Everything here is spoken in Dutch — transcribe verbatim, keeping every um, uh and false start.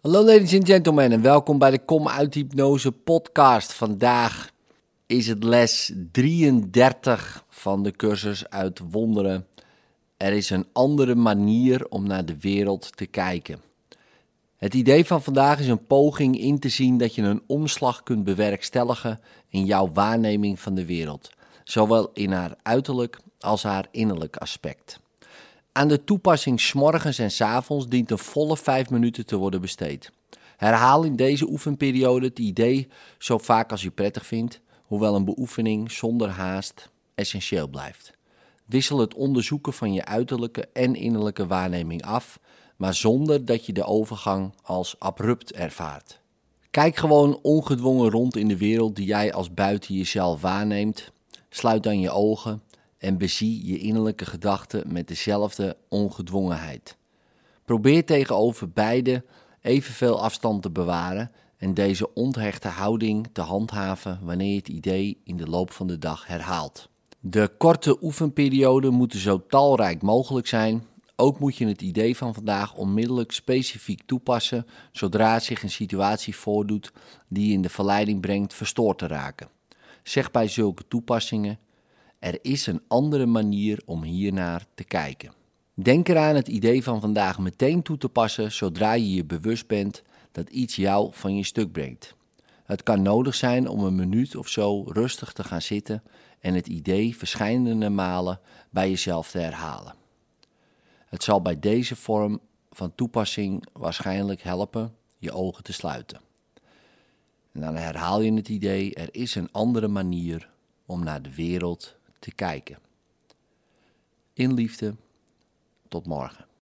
Hallo ladies and gentlemen en welkom bij de Kom uit Hypnose podcast. Vandaag is het les drieëndertig van de cursus uit Wonderen. Er is een andere manier om naar de wereld te kijken. Het idee van vandaag is een poging in te zien dat je een omslag kunt bewerkstelligen in jouw waarneming van de wereld. Zowel in haar uiterlijk als haar innerlijk aspect. Aan de toepassing 's morgens en 's avonds dient een volle vijf minuten te worden besteed. Herhaal in deze oefenperiode het idee zo vaak als je prettig vindt, hoewel een beoefening zonder haast essentieel blijft. Wissel het onderzoeken van je uiterlijke en innerlijke waarneming af, maar zonder dat je de overgang als abrupt ervaart. Kijk gewoon ongedwongen rond in de wereld die jij als buiten jezelf waarneemt. Sluit dan je ogen en bezie je innerlijke gedachten met dezelfde ongedwongenheid. Probeer tegenover beide evenveel afstand te bewaren en deze onthechte houding te handhaven wanneer je het idee in de loop van de dag herhaalt. De korte oefenperioden moeten zo talrijk mogelijk zijn. Ook moet je het idee van vandaag onmiddellijk specifiek toepassen zodra zich een situatie voordoet die je in de verleiding brengt verstoord te raken. Zeg bij zulke toepassingen: er is een andere manier om hiernaar te kijken. Denk eraan het idee van vandaag meteen toe te passen zodra je je bewust bent dat iets jou van je stuk brengt. Het kan nodig zijn om een minuut of zo rustig te gaan zitten en het idee verscheidene malen bij jezelf te herhalen. Het zal bij deze vorm van toepassing waarschijnlijk helpen je ogen te sluiten. En dan herhaal je het idee: er is een andere manier om naar de wereld te kijken. In liefde, tot morgen.